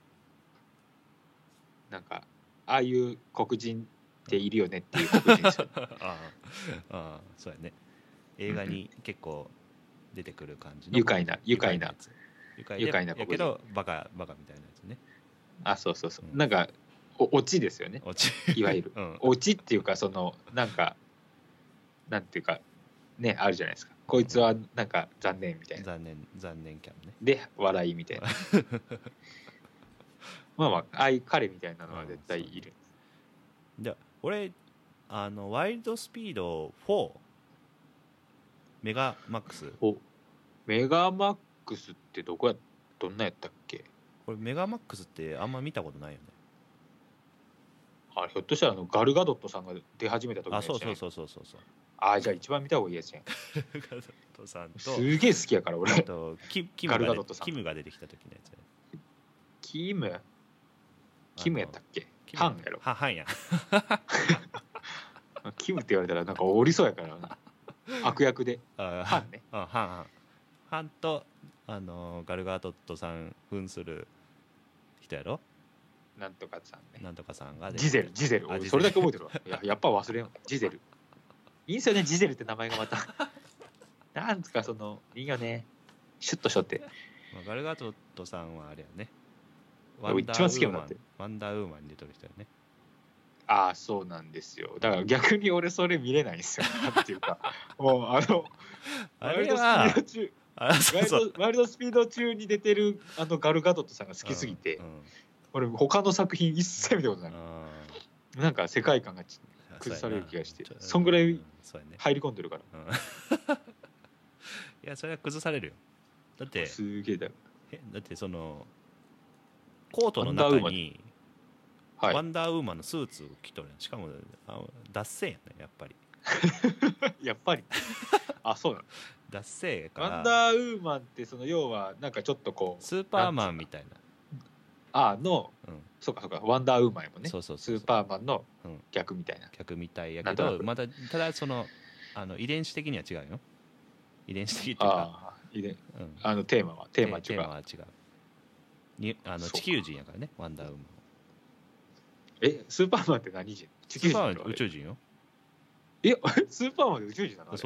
なんかああいう黒人っているよねっていう黒人ですよあ、そうやね。映画に結構出てくる感じの愉快な黒人やけどバカみたいなやつね。 あ、そうそうそう、なんかオチですよね、いわゆる、オチっていうかなんかなんていうかね、あるじゃないですか、こいつはなんか残念みたいな、 残念キャラねで笑いみたいなまあああいう彼みたいなのは絶対いる。 で俺ワイルドスピード4メガマックスってどんなやったっけ。 これメガマックスってあんま見たことないよね。 あ、ひょっとしたらガルガドットさんが出始めた時のやつじゃない。 そうあ、じゃあ一番見た方がいいやつやん。 ガルガドットさんとすげえ好きやから俺。 キムが出てきた時のやつや。 キムやったっけ。ハンやろ。 ハンやキムって言われたらなんかおりそうやからな悪役で。ハンね。 ハンとガルガドットさん扮する人やろ。 なんとかさんね。 なんとかさんがジゼルそれだけ覚えてるわ。やっぱ忘れん。ジゼルいいんすよね、ジゼルって名前がまたなんですかいいよね、シュッとしょって。 ガルガドットさんはあれやね、 一番好きよなって。 ワンダーウーマンに出てる人やね。 ああそうなんですよ。だから逆に俺それ見れないんですよ。なんていうかもうワイルドスピード中ワイルドスピード中に出てるガルガドットさんが好きすぎて、俺他の作品一切見たことない。なんか世界観が崩される気がして、そんぐらい入り込んでるから。 いやそれは崩されるよ。だってすげえだってコートの中にワンダーウーマンのスーツを着とるやん。しかも脱線やね、やっぱりやっぱりあ、そうなの。 脱線やから。 ワンダーウーマンって要はなんかちょっとスーパーマンみたいなそうかワンダーウーマンやもんね。 そうスーパーマンの逆みたいな。 逆みたいやけど、まただ遺伝子的には違うよ。遺伝子的っていうかテーマは違う。地球人やからね、ワンダーウーマン。 スーパーマンって何人？ 地球人？スーパーマン宇宙人よ。 スーパーマンで宇宙人なの？ そう。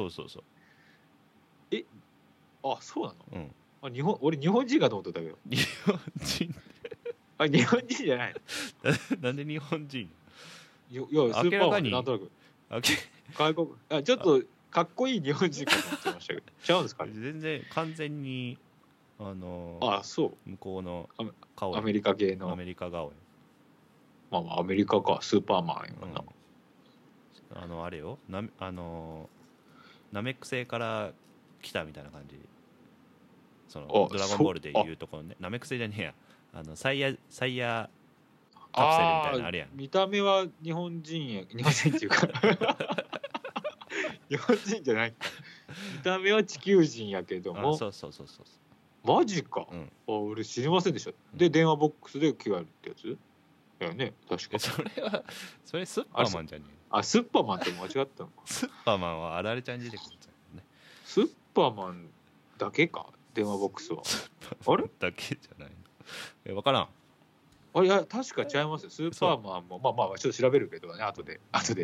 あ、そうなの？俺日本人かと思ってたけど。日本人日本人じゃないなんで日本人？ いやスーパーマンなんとなく外国ちょっとかっこいい日本人かと思ってましたけど違うんですかね。 全然完全にそう向こうの顔、 アメリカ系のアメリカ顔や。 まあアメリカか、スーパーマンやな。あれよ、ナメック星から来たみたいな感じ。ドラゴンボールでいうところね、ナメック星じゃねえや、サイヤカプセルみたいなあれやん。 見た目は日本人っていうか日本人じゃない。見た目は地球人やけども。 そうマジか。俺知りませんでした。で電話ボックスで着替えるってやつだよね、確か。 それスッパーマンじゃねえ。スッパーマンって間違ったのか。 スッパーマンはあられちゃんに出てくるんだよね。 スッパーマンだけか、電話ボックスは。あれだけじゃないの。分からん。 いや確か違いますよ。スーパーマンもまあちょっと調べるけどね、後であれス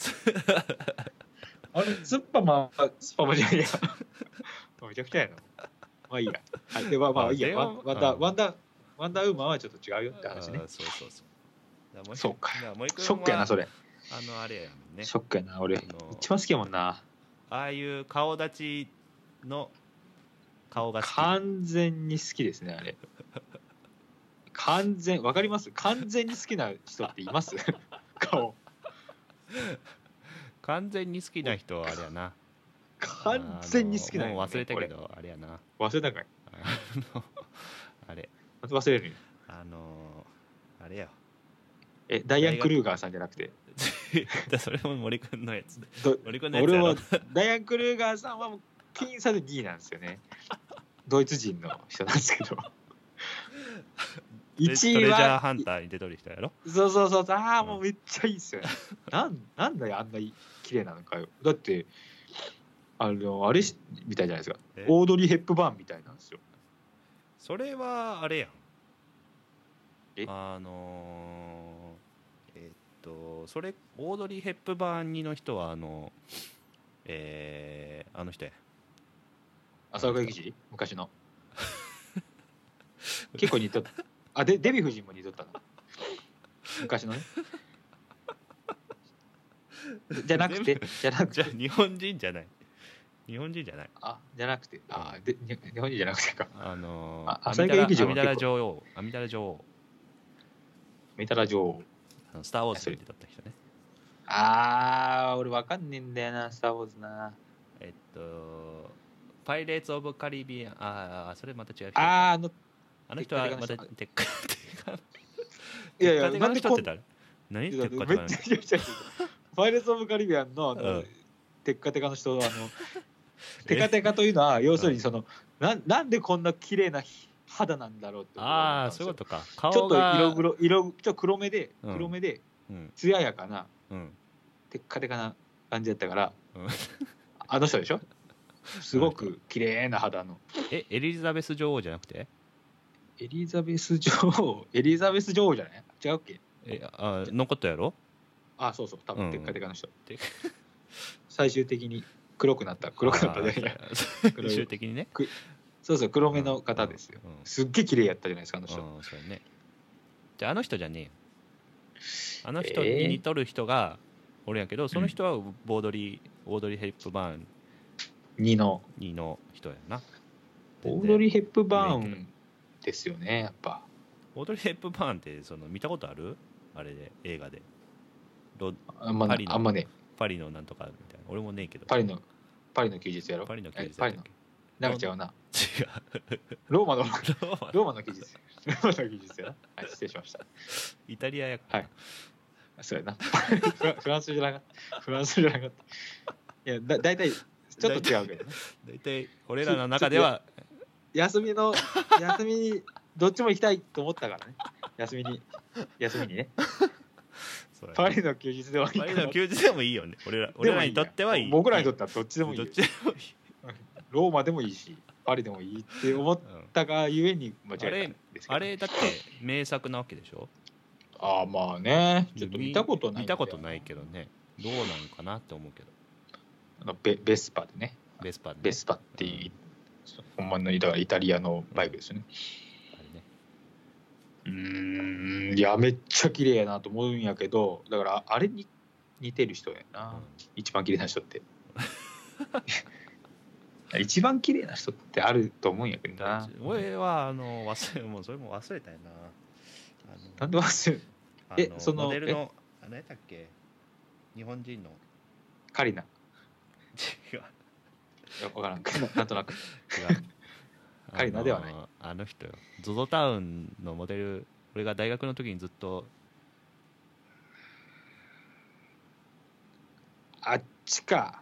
ッパーマンじゃないやめちゃくちゃやな。まあいいや。でまあいいや。ワンダーウーマンはちょっと違うよって話ね。そうか。ショックやなそれ。 あれやもんね。 ショックやな俺。一番好きやもんな。 ああいう顔立ちの顔が好き。 完全に好きですねあれ。わかります？完全に好きな人っています？顔完全に好きな人はあれやな。 完全に好きなもう忘れたけどあれやな。 忘れたかい。 あれ忘れるよ。 あれよ。 ダイアン・クルーガーさんじゃなくて。 それも森くんのやつ。森くんのやつやろ。 俺はダイアン・クルーガーさんはもう僅差で2位なんですよね。ドイツ人の人なんですけど。1位はトレジャーハンターに出とる人やろ。 そうああもうめっちゃいいっすよね。なんだよあんな綺麗なのかよ。だってあれみたいじゃないですか。オードリー・ヘップバーンみたいなんですよ。 それはあれやん。それオードリー・ヘップバーンにの人はあの人や。 浅岡幸二昔の結構似とったデヴィ夫人も似とったな昔のねじゃなくてじゃあ日本人じゃないじゃなくて日本人じゃなくてか浅岡幸二は阿弥陀羅女王阿弥陀羅女王スター・ウォーズで出とった人ね。 俺わかんねえんだよなスター・ウォーズな。 パイレーツ・オブ・カリビアンそれまた違う人。 あの人はまたテッカいやなんで人って誰？何テッカテカの人？ パイレーツ・オブ・カリビアンのテッカテカの人テカテカというのは要するになんでこんな綺麗な肌なんだろうって。 そういうことか。 ちょっとちょっと黒目で艶やかなテッカテカな感じだったからあの人でしょ。すごく綺麗な肌の。 エリザベス女王じゃなくて？ エリザベス女王じゃない？違うっけ？ 残ったやろ？ そう多分テッカテカの人。最終的に黒くなったじゃないや。 最終的にね。 そう黒目の方ですよ。すっげえ綺麗やったじゃないですかあの人。 そうね。じゃああの人じゃねえよ。あの人に似とる人がおるんやけど、その人はオードリー・ヘップバーン 2の人やな。 オードリー・ヘップバーンですよねやっぱ。 オードリー・ヘップバーンって見たことある？あれで映画であんまね。 パリのなんとかみたいな。俺もねえけど。 パリの休日やろ。 パリの休日やったっけ？ なんか違うな。 違う。 ローマの休日。ローマの休日やな。はい、失礼しました。 イタリアやから。はい。そうやな。フランスじゃなかった。いやだいたいちょっと違うけどね。 だいたい俺らの中では休みにどっちも行きたいと思ったからね。休みにね。パリの休日でもいい。 パリの休日でもいいよね。俺らにとってはいい。 僕らにとってはどっちでもいい。ローマでもいいしパリでもいいって思ったがゆえに間違えたんですけど。 あれだって名作なわけでしょ。 まあね。ちょっと見たことないけどね。どうなのかなって思うけど。 ベスパでね。 ベスパっていうほんまのイタリアのバイクですよね。いやめっちゃ綺麗やなと思うんやけど、だからあれに似てる人やな、一番綺麗な人って一番綺麗な人ってあると思うんやけどな。 俺はもうそれも忘れたよな。 なんで忘れる？ モデルの何やったっけ？日本人のカリナ。 違う。 分からんなんとなく違う。カリナではない。 あの人よ。ZOZO タウンのモデル。俺が大学の時にずっとあっちか。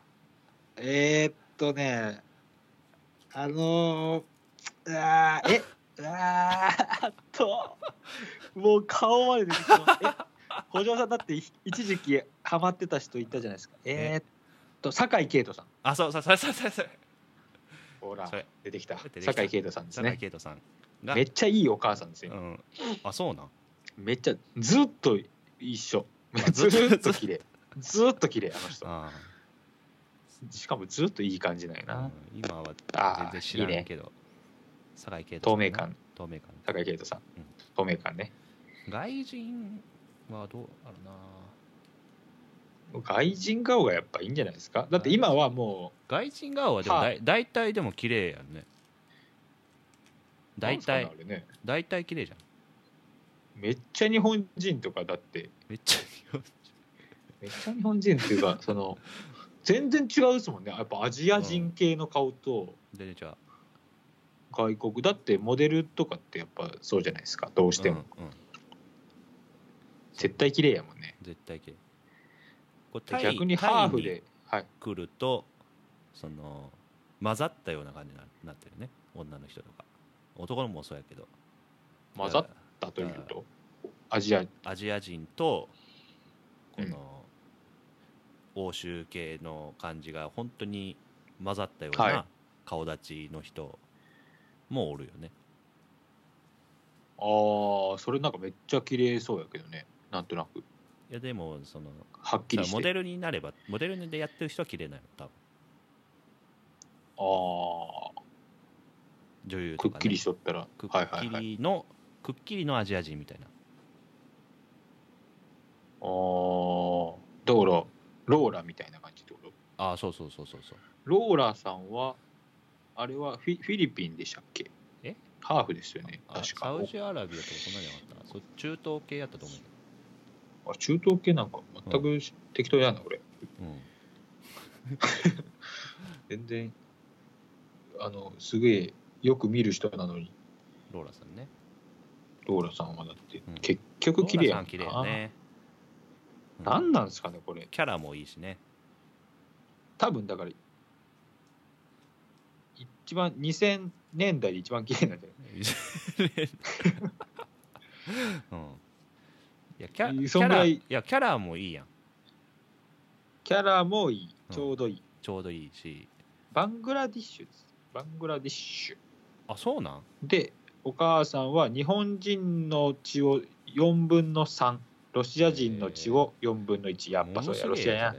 もう顔まで出てきた。補助さんだって一時期ハマってた人いたじゃないですか。酒井圭人さん。 そうほら出てきた。酒井圭人さんですね。 酒井圭人さんがめっちゃいいお母さんですよ。 そうなん。 めっちゃずっと一緒。ずっと綺麗あの人。しかもずっといい感じなんやな。 今は全然知らんけど。酒井圭人透明感。酒井圭人さん。透明感ね。 外人はどうあるな。 外人顔がやっぱいいんじゃないですか。だって今はもう外人顔はでも大体でも綺麗やんね。大体綺麗じゃん。 めっちゃ日本人とかだってめっちゃ日本人めっちゃ日本人っていうかその全然違うですもんね。やっぱアジア人系の顔と全然違う。 外国だってモデルとかってやっぱそうじゃないですか、どうしても、絶対綺麗やもんね。 絶対綺麗。 逆にハーフで来るとその混ざったような感じになってるね、女の人とか男のもそうやけど。 混ざったというとアジア人とこの欧州系の感じが本当に混ざったような顔立ちの人もおるよね。 ああ、それなんかめっちゃ綺麗そうやけどね、なんとなく。 いやでもそのはっきりしてモデルになれば、モデルでやってる人は綺麗なの多分。 ああ、 女優とか、ね、 くっきりしとったらくっきりのアジア人みたいな。 ああ、だからローラみたいな感じってこと？ ああ、そう。 ローラさんはあれはフィリピンでしたっけ？ハーフですよね、確か。 サウジアラビアとかそんなんじゃなかった？中東系やったと思う。 あ、中東系なんか全く適当やな、俺。全然すげえよく見る人なのに。 ローラさんね。 ローラさんはだって、結局綺麗やんな。 綺麗やね。 何なんですかねこれ。 キャラもいいしね。 多分だから一番2000年代で一番綺麗なんじゃない？ いやキャラもいいやん。 キャラもいい、ちょうどいい、 ちょうどいいし。 バングラディッシュです。バングラディッシュ。 あ、そうなんで、お母さんは日本人の血を4分の3、ロシア人の血を4分の1。やっぱそうや、ロシアや。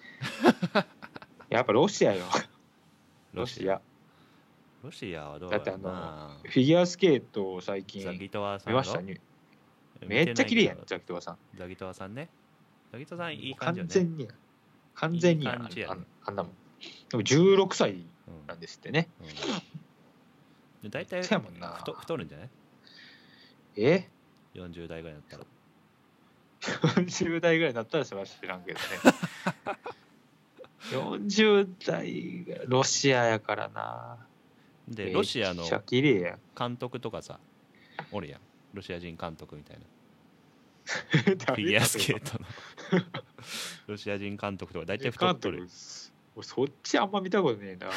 やっぱロシアよ。ロシアはどうだってフィギュアスケートを最近ザギトワさん見ましたね。めっちゃ綺麗やん、ザギトワさん。 ザギトワさんね。ザギトワさんいい感じよね。 完全にあんなもん。でも16歳なんですってね。 大体太るんじゃない？40代ぐらいだったら。 40代ぐらいだったら知らんけどね。40代がロシアやからな。 でロシアの監督とかさおるやん、ロシア人監督みたいな。フィギュアスケートのロシア人監督とか大体太っとる。 そっちあんま見たことねえな。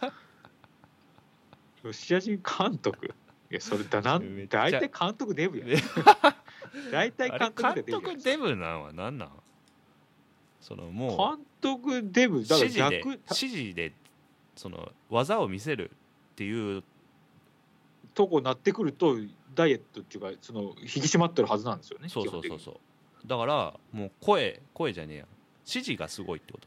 ロシア人監督、いやそれ大体監督デブやん。大体監督デブなんは何なん？そのもう監督デブだから指示でその技を見せるっていうとこなってくるとダイエットっていうかその引き締まってるはずなんですよね。 そうだからもう声じゃねえや、指示がすごいってこと。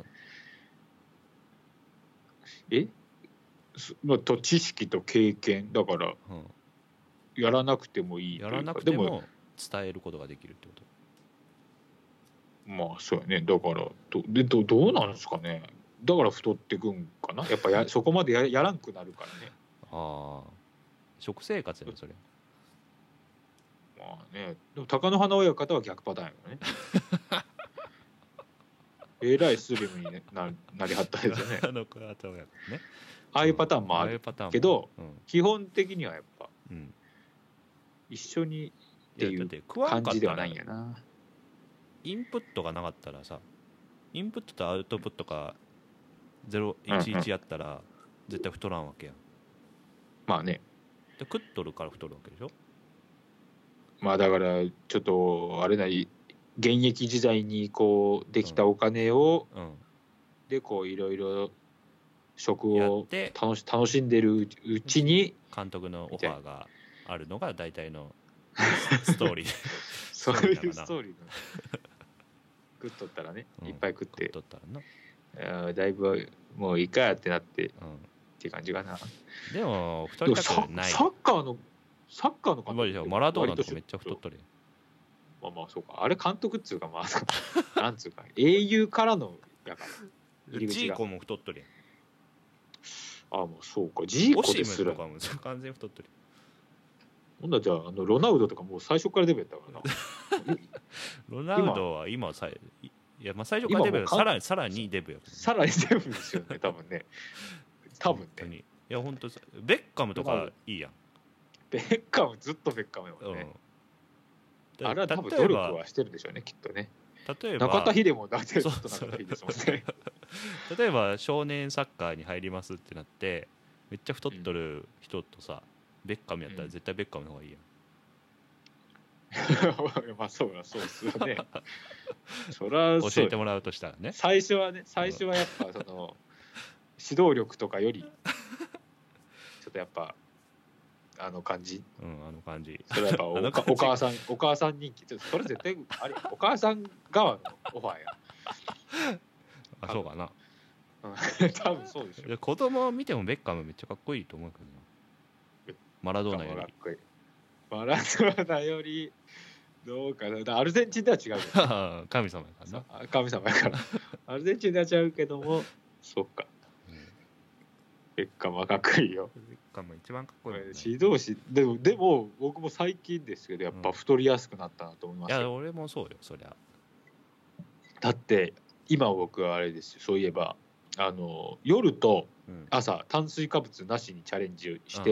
と知識と経験だから、やらなくてもいいというか、 やらなくても伝えることができるってこと。 まあそうやね。だからどうなんですかね。だから太ってくんかな。やっぱそこまでやらんくなるからね。 ああ、食生活やねそれ。 まあね、でも貴乃花親方は逆パターンよね。えらいスリムになりはったですよね。ああいうパターンもあるけど、基本的にはやっぱ一緒にっていう感じではないんやな。 インプットがなかったらさ、インプットとアウトプットが011やったら絶対太らんわけやん。 まあね。 で食っとるから太るわけでしょ。 まあだからちょっとあれなり現役時代にこうできたお金を、でこういろいろ食を楽しんでるうちに監督のオファーがあるのが大体のストーリー。 そういうストーリーの食っとったらね、いっぱい食って食っとったらな、だいぶもういいかってなって、っていう感じかな。 でも太りたくない。 サッカーのマラドーナとかめっちゃ太っとるやん。まあそうか、あれ監督っつうか、まあなんつうか英雄からのやからジーコも太っとるやん。 ああもうそうか、ジーコですら完全に太っとる。 ほんだじゃあロナウドとかもう最初からデブやったからな。 ロナウドは今いやまあ最初からデブよ、さらにデブよ、 さらにデブですよね多分ね。多分ね。 いや本当ベッカムとかいいやん。 ベッカムずっとベッカムだもんね、あれは多分努力はしてるでしょうねきっとね。例えば中田秀もだってずっと中田秀ですもんね。 例えば少年サッカーに入りますってなってめっちゃ太っとる人とさ、ベッカムやったら絶対ベッカムの方がいいやん。 まあそうですよね。そら教えてもらうとしたらね。 最初はやっぱその指導力とかよりちょっとやっぱあの感じ、 あの感じ。 それはやっぱお母さん人気、それ絶対あれお母さん側のオファーや。 あ、そうかな。 多分そうでしょ。 子供を見てもベッカムめっちゃかっこいいと思うけどな。マラドーナより。 マラドーナよりどうかな。アルゼンチンでは違うよ。 神様やからな。神様やから。アルゼンチンでは違うけども、そうか。ベッカムはかっこいいよ。 ベッカム一番かっこいい、ね。 指導士でも僕も最近ですけどやっぱ太りやすくなったなと思いますよ。 いや俺もそうよそりゃ。 だって今僕はあれですよ、そういえば夜と朝、炭水化物なしにチャレンジして、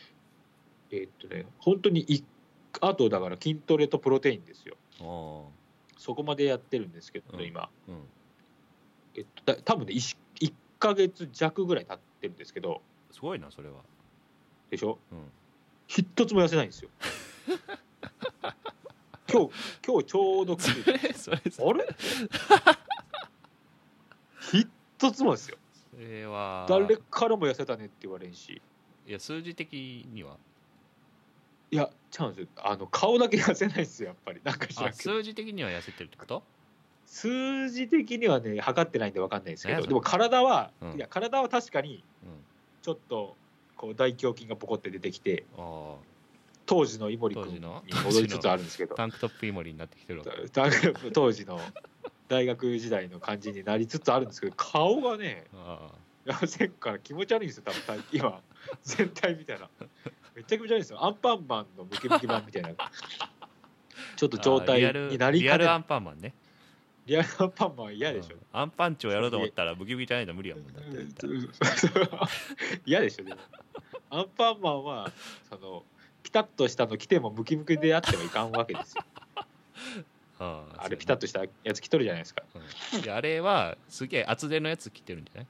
本当にあとだから筋トレとプロテインですよ。そこまでやってるんですけど、今、多分ね 1ヶ月弱ぐらい経ってるんですけど。 すごいなそれは。 でしょ、一つも痩せないんですよ。今日ちょうど来てあれ一つもですよ。 それは誰からも痩せたねって言われんし。 いや数字的には。 いやちゃうんですよ、顔だけ痩せないですよやっぱり。なんか知らんけど。 数字的には痩せてるってこと？ 数字的にはね測ってないんで分かんないですけど、でも体は、いや体は確かにちょっとこう大胸筋がポコって出てきて、当時の井森君に戻りつつあるんですけど、 タンクトップ井森になってきてる。 当時の大学時代の感じになりつつあるんですけど、顔がね痩せんから気持ち悪いんですよ多分。今全体見たらめっちゃ気持ち悪いんですよ。アンパンマンのムキムキ版みたいなちょっと状態になりかね。 リアルアンパンマンね。 リアルアンパンマンは嫌でしょ。 アンパンチをやろうと思ったらムキムキじゃないと無理やもんだって。 嫌でしょでも。アンパンマンはそのピタッとしたの着てもムキムキであってはいかんわけですよ。あれピタッとしたやつ着とるじゃないですか。 いやあれはすげえ厚手のやつ着てるんじゃない？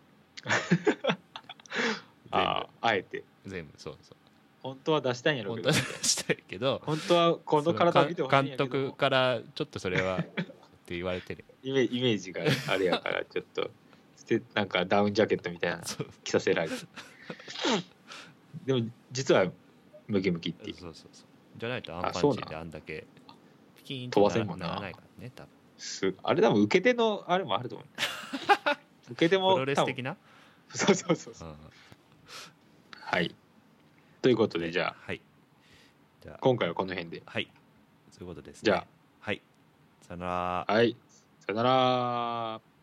あえて全部そう本当は出したいんやろうけど、 本当は出したいけど、 本当はこの体を見てほしいんやけど、 監督からちょっとそれはって言われてる。 イメージがあれやからちょっとなんかダウンジャケットみたいな着させられる。でも実はムキムキっていう。 そうじゃないとアンパンチであんだけピキーンとならないからね多分。 あれ多分受け手のあれもあると思う。受け手もプロレス的な。 そう。はい。ということでじゃあ今回はこの辺で。 はい。そういうことですね。 じゃあはい。さよなら。 はい。さよなら。